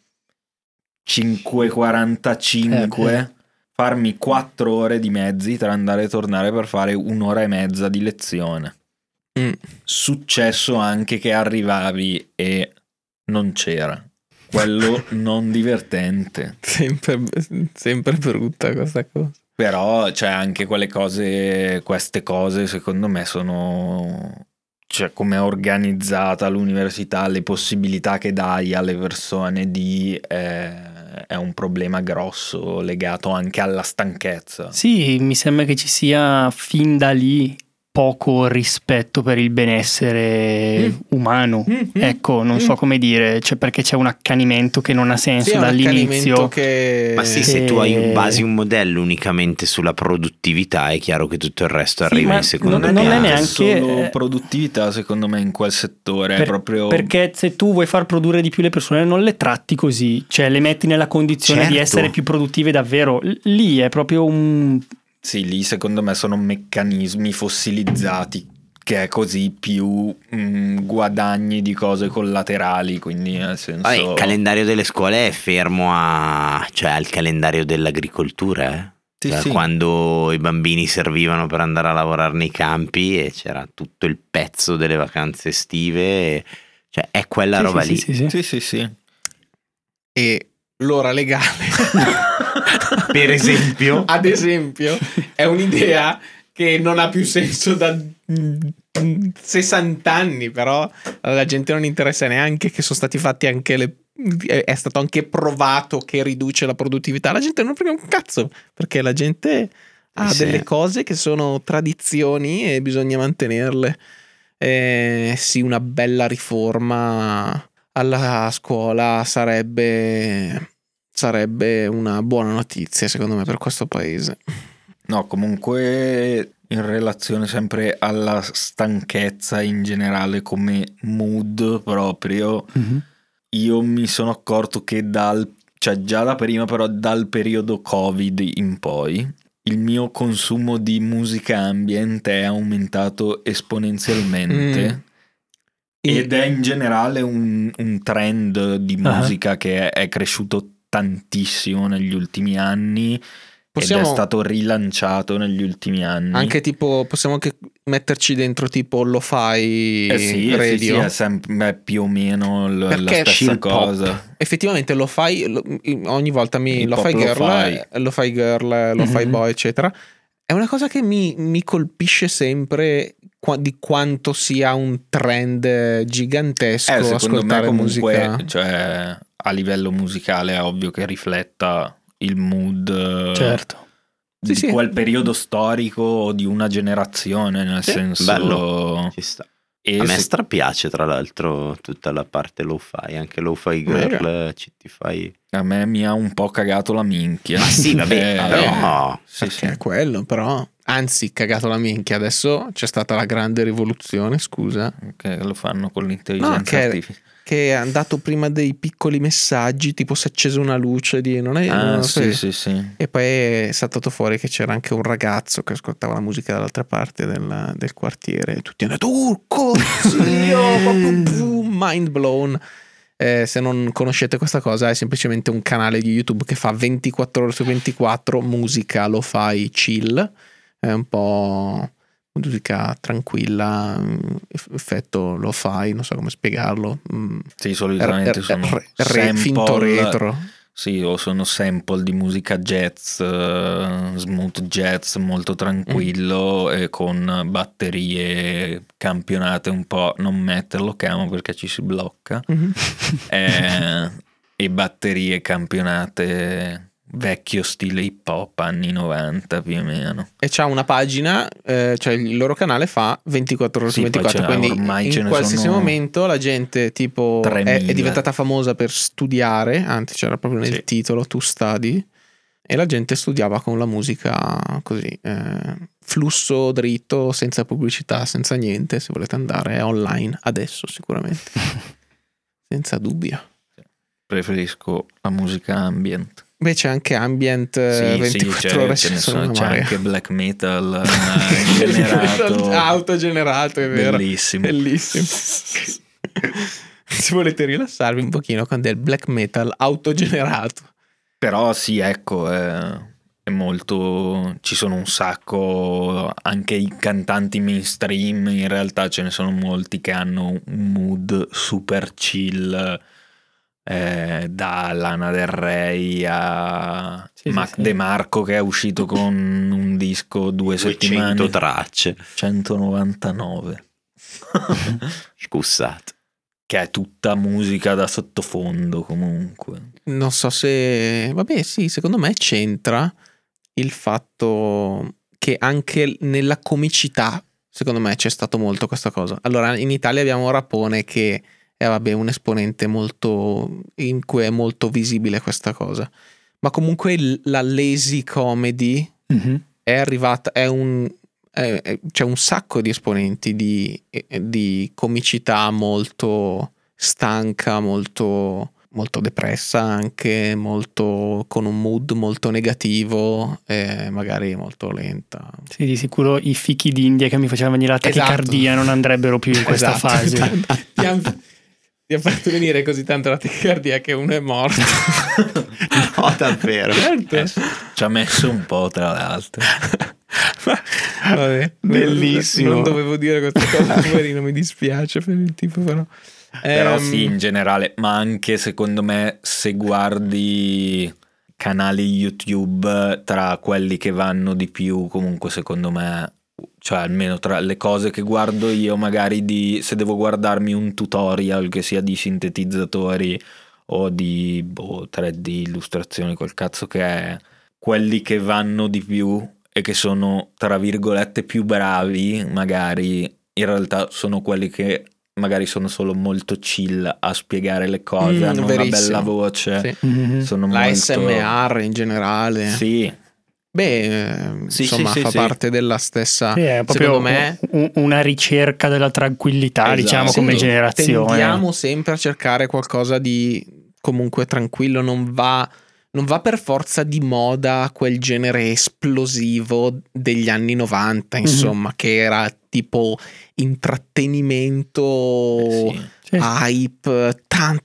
5:45, farmi 4 ore di mezzi tra andare e tornare per fare 1:30 di lezione. Successo anche che arrivavi e non c'era, quello non divertente. Sempre brutta questa cosa. Però c'è anche queste cose secondo me sono, cioè, come è organizzata l'università, le possibilità che dai alle persone è un problema grosso legato anche alla stanchezza. Sì, mi sembra che ci sia fin da lì poco rispetto per il benessere umano. Ecco, non so come dire, cioè perché c'è un accanimento che non ha senso dall'inizio. Ma sì, se tu basi un modello unicamente sulla produttività, è chiaro che tutto il resto arriva in secondo piano. Non è neanche solo produttività, secondo me, in quel settore è proprio perché se tu vuoi far produrre di più le persone non le tratti così, cioè le metti nella condizione di essere più produttive davvero. Lì è proprio un... Sì, lì secondo me sono meccanismi fossilizzati, che è così più guadagni di cose collaterali, quindi nel senso... Il calendario delle scuole è fermo al calendario dell'agricoltura, Sì. Quando i bambini servivano per andare a lavorare nei campi e c'era tutto il pezzo delle vacanze estive, cioè è quella roba lì. Sì. E l'ora legale Per esempio, ad esempio, è un'idea che non ha più senso da 60 anni, però alla gente non interessa neanche, che sono stati fatti anche è stato anche provato che riduce la produttività. La gente non frega un cazzo, perché la gente ha delle cose che sono tradizioni e bisogna mantenerle. Sì, una bella riforma alla scuola sarebbe una buona notizia, secondo me, per questo paese. No, comunque in relazione sempre alla stanchezza in generale come mood proprio, io mi sono accorto che già da prima, però dal periodo Covid in poi, il mio consumo di musica ambient è aumentato esponenzialmente. Ed è in generale un trend di musica che è cresciuto tantissimo negli ultimi anni ed è stato rilanciato negli ultimi anni. Anche tipo possiamo anche metterci dentro tipo lo-fi radio. Sì, è più o meno la stessa cosa. Effettivamente lo-fi ogni volta lo-fi girl, lo-fi boy eccetera, è una cosa che mi colpisce sempre di quanto sia un trend gigantesco ascoltare comunque, musica. Cioè, a livello musicale è ovvio che rifletta il mood. Certo. di Sì, quel periodo storico o di una generazione, nel senso... Bello, ci sta. E A me se- strapiace tra l'altro tutta la parte lo-fi, anche lo-fi girl, ci a me mi ha un po' cagato la minchia. Ma sì, vabbè, però Sì, perché sì. è quello, però. Anzi, cagato la minchia. Adesso c'è stata la grande rivoluzione, scusa. Che lo fanno con l'intelligenza No, artificiale. che è andato prima dei piccoli messaggi, tipo si è accesa una luce di non è, non lo so. Sì. E poi è saltato fuori che c'era anche un ragazzo che ascoltava la musica dall'altra parte del quartiere. E tutti hanno detto: zio, proprio boom, mind blown. Se non conoscete questa cosa, è semplicemente un canale di YouTube che fa 24 ore su 24 musica lo-fi chill. È un po' musica tranquilla, effetto lo-fi, non so come spiegarlo. Sì, solitamente sono Finto sample, retro. sì, o sono sample di musica jazz, smooth jazz molto tranquillo e con batterie campionate un po', non metterlo camo perché ci si blocca, e batterie campionate vecchio stile hip hop anni 90 più o meno. E c'ha una pagina, cioè il loro canale fa 24 ore su Sì, poi 24, quindi ormai ce in ne qualsiasi sono momento la gente tipo è 3000. diventata famosa per studiare, anzi c'era proprio nel Sì. titolo tu studi, e la gente studiava con la musica così, flusso dritto, senza pubblicità, senza niente. Se volete andare è online adesso sicuramente, senza dubbio. Preferisco la musica ambient. Beh, c'è anche ambient Sì, 24 ore, ce ne sono una c'è marea. anche black metal generato, autogenerato, è vero. bellissimo. Bellissimo. Se volete rilassarvi un pochino con del black metal autogenerato. Però sì, ecco, è molto, ci sono un sacco, anche i cantanti mainstream, in realtà ce ne sono molti che hanno un mood super chill, da Lana Del Rey a Sì, Mac sì. DeMarco che è uscito con un disco 2 settimane, 200 tracce. 199. Scusate. Che è tutta musica da sottofondo comunque. Non so se... Vabbè, sì, secondo me c'entra il fatto che anche nella comicità, secondo me, c'è stato molto questa cosa. Allora, in Italia abbiamo Rapone che è, vabbè, un esponente molto... in cui è molto visibile questa cosa. Ma comunque la lazy comedy è arrivata... c'è un sacco di esponenti di comicità molto stanca, molto depressa, anche molto con un mood molto negativo e magari molto lenta. Sì, di sicuro i fichi d'India che mi facevano venire la Esatto. tachicardia non andrebbero più in questa Esatto. fase. Ti ha fatto venire così tanto la tachicardia che uno è morto. No, davvero. Certo. Ci ha messo un po', tra l'altro. Vabbè, Bellissimo. Non dovevo dire questa cosa, poverino, mi dispiace per il tipo, però. Però sì, in generale, ma anche secondo me se guardi canali YouTube, tra quelli che vanno di più, comunque secondo me, cioè almeno tra le cose che guardo io, magari se devo guardarmi un tutorial che sia di sintetizzatori o di 3D illustrazioni, quel cazzo che è, quelli che vanno di più e che sono tra virgolette più bravi, magari in realtà sono quelli che magari sono solo molto chill a spiegare le cose, hanno una bella voce, sì. sono La molto... SMR in generale. Sì. Beh, Sì, insomma, sì, fa sì, parte della stessa. Sì, è proprio secondo me una ricerca della tranquillità, Esatto. diciamo, Sì, come generazione. tendiamo sempre a cercare qualcosa di comunque tranquillo, non va per forza di moda quel genere esplosivo degli anni 90, insomma, che era tipo intrattenimento, Sì. hype,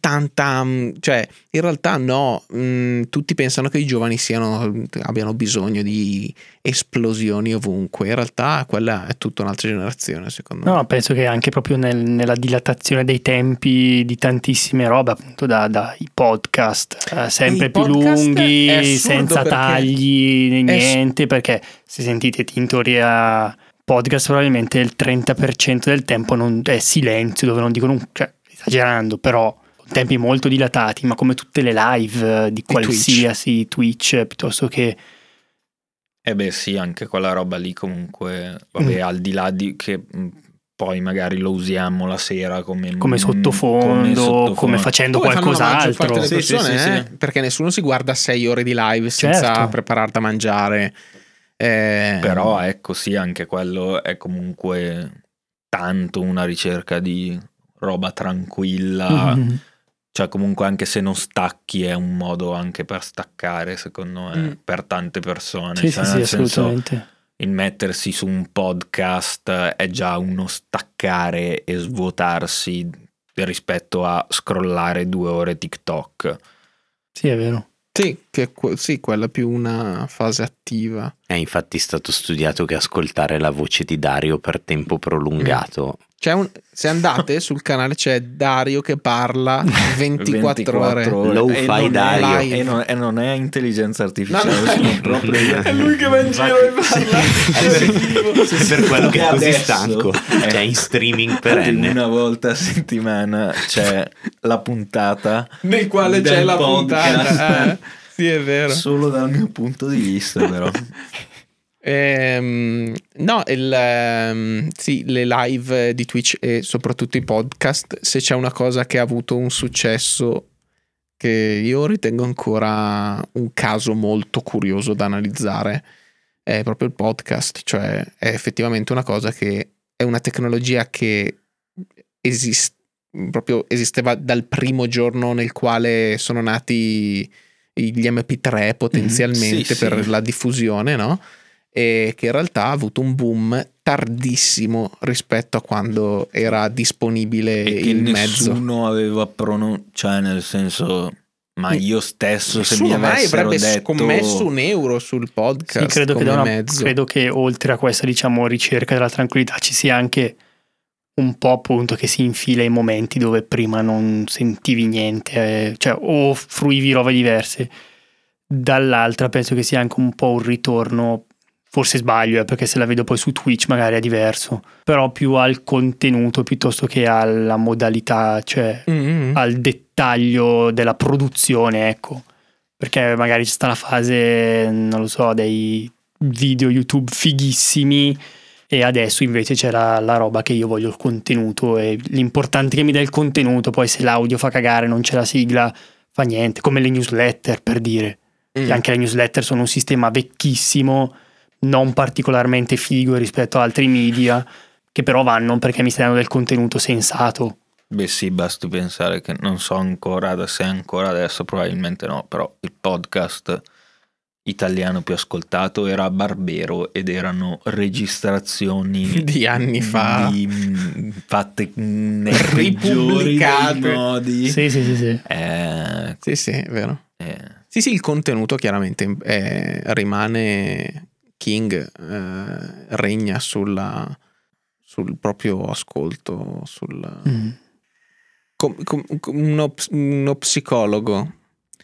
cioè in realtà no, tutti pensano che i giovani abbiano bisogno di esplosioni ovunque, in realtà quella è tutta un'altra generazione, secondo me. No, penso che anche proprio nella dilatazione dei tempi di tantissime robe, appunto dai podcast sempre I più podcast è lunghi, assurdo senza perché tagli né niente, perché se sentite Tintoria podcast probabilmente il 30% del tempo è silenzio, dove non dicono, cioè esagerando, però con tempi molto dilatati, ma come tutte le live di qualsiasi Twitch piuttosto che beh sì, anche quella roba lì comunque, vabbè, al di là di che poi magari lo usiamo la sera come sottofondo, come facendo come fanno la maggior parte qualcos'altro. delle persone, Sì. perché nessuno si guarda 6 ore di live senza Certo. preparare da mangiare. Però ecco sì, anche quello è comunque tanto una ricerca di roba tranquilla. Mhm. Cioè comunque anche se non stacchi è un modo anche per staccare, secondo me, per tante persone. Sì, Cioè, sì, nel sì, senso, assolutamente. il mettersi su un podcast è già uno staccare e svuotarsi rispetto a scrollare 2 ore TikTok. Sì, è vero. Sì, sì, quella è più una fase attiva. È infatti stato studiato che ascoltare la voce di Dario per tempo prolungato. Se andate sul canale c'è Dario che parla 24 ore. Lo-fi Dario. E non è intelligenza artificiale, No. sono proprio io. È lui che va in giro e parla. È per quello che è così Adesso stanco. Cioè in streaming perenne. Una volta a settimana c'è la puntata Nel quale c'è del la podcast. puntata. Sì, è vero. Solo dal mio punto di vista, però. No, sì, le live di Twitch e soprattutto i podcast, se c'è una cosa che ha avuto un successo che io ritengo ancora un caso molto curioso da analizzare, è proprio il podcast. Cioè è effettivamente una cosa che è una tecnologia che esisteva dal primo giorno nel quale sono nati gli MP3 potenzialmente Sì, per sì. la diffusione, no? E che in realtà ha avuto un boom tardissimo rispetto a quando era disponibile E che il mezzo. nessuno aveva cioè nel senso, ma io stesso se mi Nessuno mai avessero avrebbe detto scommesso €1 sul podcast. Sì, credo come mezzo. credo che oltre a questa, diciamo, ricerca della tranquillità ci sia anche un po' appunto che si infila in momenti dove prima non sentivi niente, cioè o fruivi robe diverse. Dall'altra penso che sia anche un po' un ritorno, forse sbaglio, perché se la vedo poi su Twitch magari è diverso, però più al contenuto piuttosto che alla modalità, cioè al dettaglio della produzione, ecco. Perché magari c'è sta la fase, non lo so, dei video YouTube fighissimi e adesso invece c'era la roba che io voglio il contenuto e l'importante è che mi dà il contenuto, poi se l'audio fa cagare, non c'è la sigla, fa niente, come le newsletter per dire. E anche le newsletter sono un sistema vecchissimo, non particolarmente figo rispetto a altri media, che però vanno perché mi stai dando del contenuto sensato. beh sì, basti pensare che non so ancora se è ancora adesso, probabilmente no, però il podcast italiano più ascoltato era Barbero ed erano registrazioni di anni fa fatte nei peggiori dei modi. Sì. Sì, è vero. Sì, il contenuto chiaramente rimane king, regna sul proprio ascolto, uno psicologo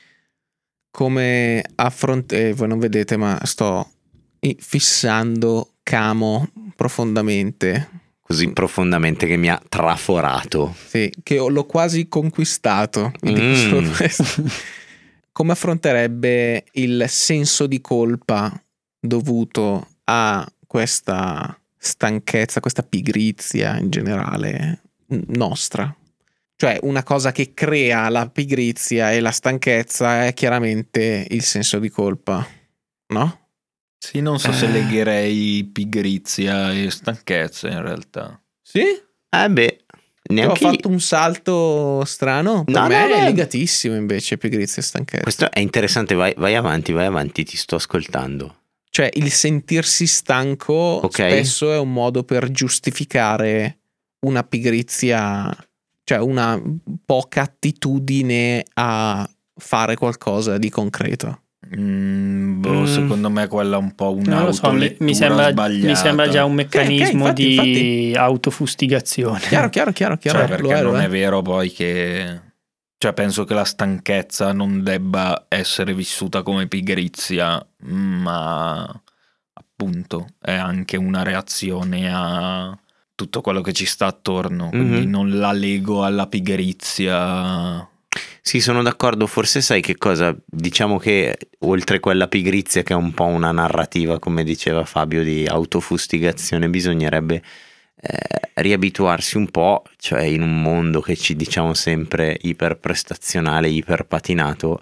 come voi non vedete ma sto fissando Camo profondamente, Così profondamente che mi ha traforato. sì, che l'ho quasi conquistato. Mi dico solo questo. Come affronterebbe il senso di colpa dovuto a questa stanchezza, questa pigrizia in generale nostra? Cioè una cosa che crea la pigrizia e la stanchezza è chiaramente il senso di colpa, no? Sì, non so se legherei pigrizia e stanchezza in realtà. Sì? Beh, Ho neanche fatto un salto strano. Per me è legatissimo invece pigrizia e stanchezza. Questo è interessante, vai avanti, ti sto ascoltando. Cioè il sentirsi stanco spesso è un modo per giustificare una pigrizia, cioè una poca attitudine a fare qualcosa di concreto. Secondo me quella è un po' Non lo so, mi sembra già un meccanismo infatti. Autofustigazione. Chiaro. Cioè, perché non è vero poi che... Cioè penso che la stanchezza non debba essere vissuta come pigrizia, ma appunto è anche una reazione a tutto quello che ci sta attorno, quindi non la lego alla pigrizia. Sì, sono d'accordo. Forse sai che cosa? Diciamo che oltre quella pigrizia che è un po' una narrativa, come diceva Fabio, di autofustigazione, bisognerebbe riabituarsi un po', cioè in un mondo che ci diciamo sempre iperprestazionale, iperpatinato,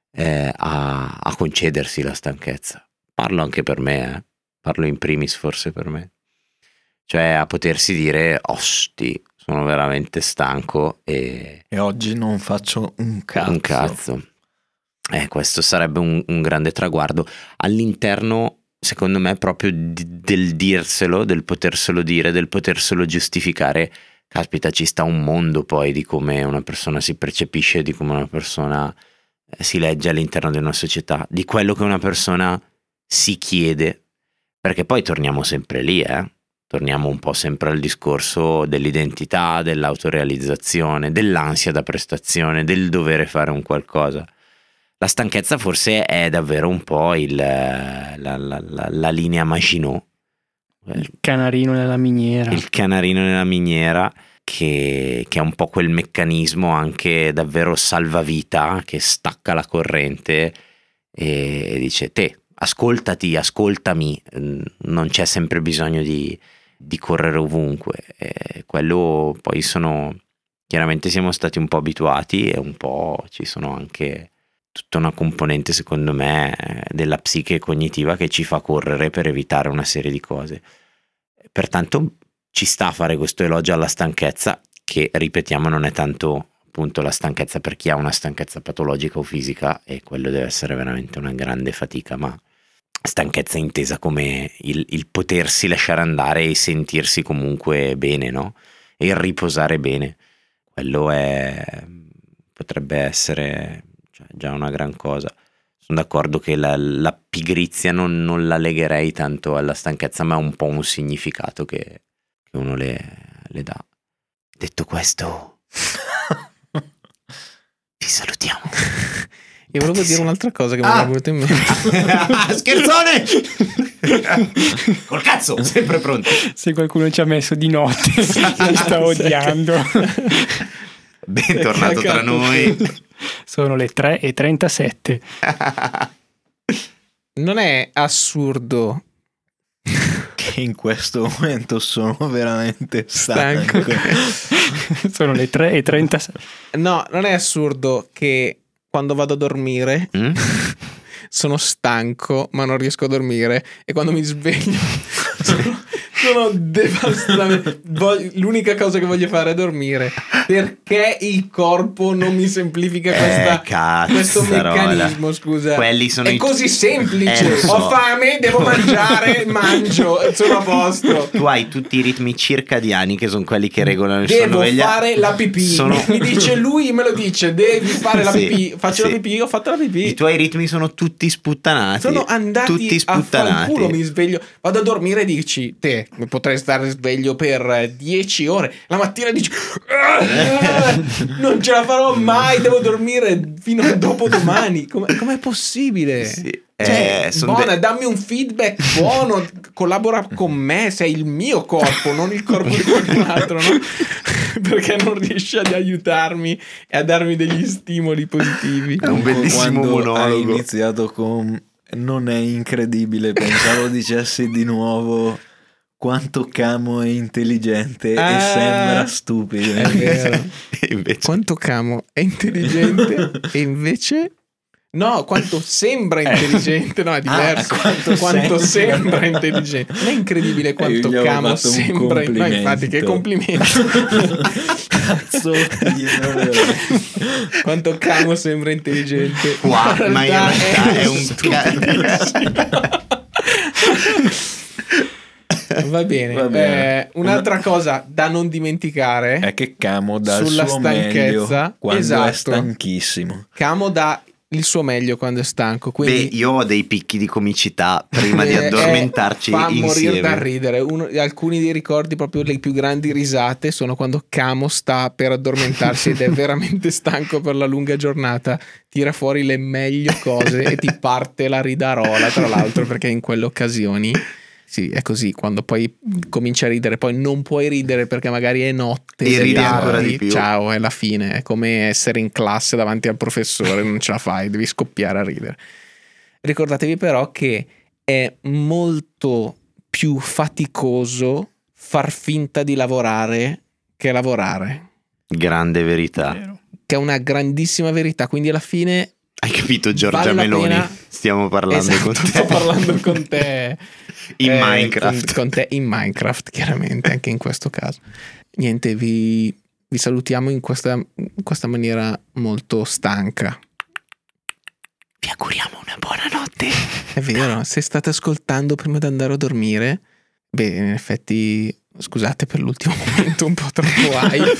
a concedersi la stanchezza. Parlo anche per me, parlo in primis forse per me. Cioè a potersi dire, osti, sono veramente stanco e oggi non faccio un cazzo. Questo sarebbe un grande traguardo all'interno, secondo me, proprio del dirselo, del poterselo dire, del poterselo giustificare. Caspita, ci sta un mondo poi di come una persona si percepisce, di come una persona si legge all'interno di una società, di quello che una persona si chiede, perché poi torniamo sempre lì, torniamo un po' sempre al discorso dell'identità, dell'autorealizzazione, dell'ansia da prestazione, del dovere fare un qualcosa. La stanchezza forse è davvero un po' la linea Maginot. Il canarino nella miniera. Il canarino nella miniera, che è un po' quel meccanismo anche davvero salvavita che stacca la corrente e dice: te, ascoltami, non c'è sempre bisogno di correre ovunque. Quello poi chiaramente siamo stati un po' abituati e un po' ci sono anche tutta una componente, secondo me, della psiche cognitiva che ci fa correre per evitare una serie di cose. Pertanto ci sta a fare questo elogio alla stanchezza, che ripetiamo non è tanto appunto la stanchezza per chi ha una stanchezza patologica o fisica, e quello deve essere veramente una grande fatica, ma stanchezza intesa come il potersi lasciare andare e sentirsi comunque bene, no? E il riposare bene. Quello potrebbe essere già una gran cosa. Sono d'accordo che la pigrizia non la legherei tanto alla stanchezza, ma è un po' un significato che uno le dà. Detto questo, ci salutiamo. Io volevo dire un'altra cosa che mi è venuta in mente. Scherzone! Col cazzo, sempre pronto. Se qualcuno ci ha messo di notte, ci sta odiando. Bentornato tra noi. Sono le 3:37. Non è assurdo che in questo momento sono veramente stanco. Sono le 3:36. No, non è assurdo che quando vado a dormire sono stanco ma non riesco a dormire, e quando mi sveglio sono devastato. L'unica cosa che voglio fare è dormire, perché il corpo non mi semplifica questo meccanismo. Scusa, quelli sono è così semplice. So. Ho fame, devo mangiare, mangio, sono a posto. Tu hai tutti i ritmi circadiani che sono quelli che regolano il sonno. Devo fare la pipì. Mi dice lui, me lo dice, devi fare la pipì. Faccio la pipì, ho fatto la pipì. I tuoi ritmi sono tutti sputtanati. Sono andati tutti sputtanati. a fanculo. Mi sveglio, vado a dormire e dici: te potrei stare sveglio per 10 ore. La mattina dici: non ce la farò mai, devo dormire fino a dopodomani. Com'è possibile? Sì. Buona, dammi un feedback buono, collabora con me, sei il mio corpo, non il corpo di qualcun altro, no? Perché non riesci ad aiutarmi e a darmi degli stimoli positivi. È un bellissimo monologo. Hai iniziato con "non è incredibile", pensavo dicessi di nuovo quanto Camo è intelligente e sembra stupido. È vero. Quanto Camo è intelligente e invece no, quanto sembra intelligente. No, è diverso. Quanto sembra intelligente. Non è incredibile quanto Camo sembra. No, infatti, che complimento. Cazzo, quanto Camo sembra intelligente. Ma in realtà è un Va bene. Un'altra cosa da non dimenticare è che Camo dà il sulla suo stanchezza meglio quando esatto. è stanchissimo. Camo dà il suo meglio quando è stanco. Quindi io ho dei picchi di comicità prima di addormentarci fa insieme. Morire da ridere. Alcuni dei ricordi, proprio le più grandi risate, sono quando Camo sta per addormentarsi ed è veramente stanco per la lunga giornata. Tira fuori le meglio cose e ti parte la ridarola, tra l'altro, perché in quelle occasioni sì, è così, quando poi cominci a ridere, poi non puoi ridere perché magari è notte E ridi ancora tardi, di più. ciao, è la fine, è come essere in classe davanti al professore, non ce la fai, devi scoppiare a ridere. Ricordatevi però che è molto più faticoso far finta di lavorare che lavorare, Grande verità. Vero. che è una grandissima verità, quindi alla fine Hai capito, Giorgia vale la Meloni? pena. Stiamo parlando Esatto, con te. sto parlando con te In Minecraft. con te in Minecraft, chiaramente, anche in questo caso. Niente, vi salutiamo in questa maniera molto stanca. Vi auguriamo una buona notte. È vero, se state ascoltando prima di andare a dormire, beh, in effetti, scusate per l'ultimo momento un po' troppo hype.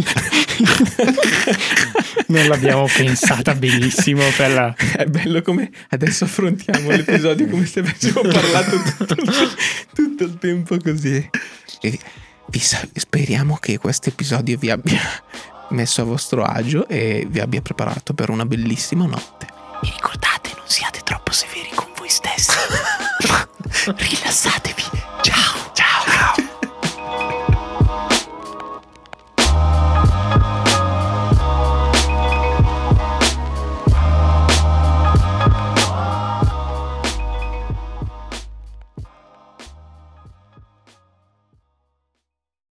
Non l'abbiamo pensata benissimo per la... È bello come adesso affrontiamo l'episodio come se avessimo parlato tutto il tempo così. E speriamo che questo episodio vi abbia messo a vostro agio e vi abbia preparato per una bellissima notte. E ricordate, non siate troppo severi con voi stessi. Rilassatevi.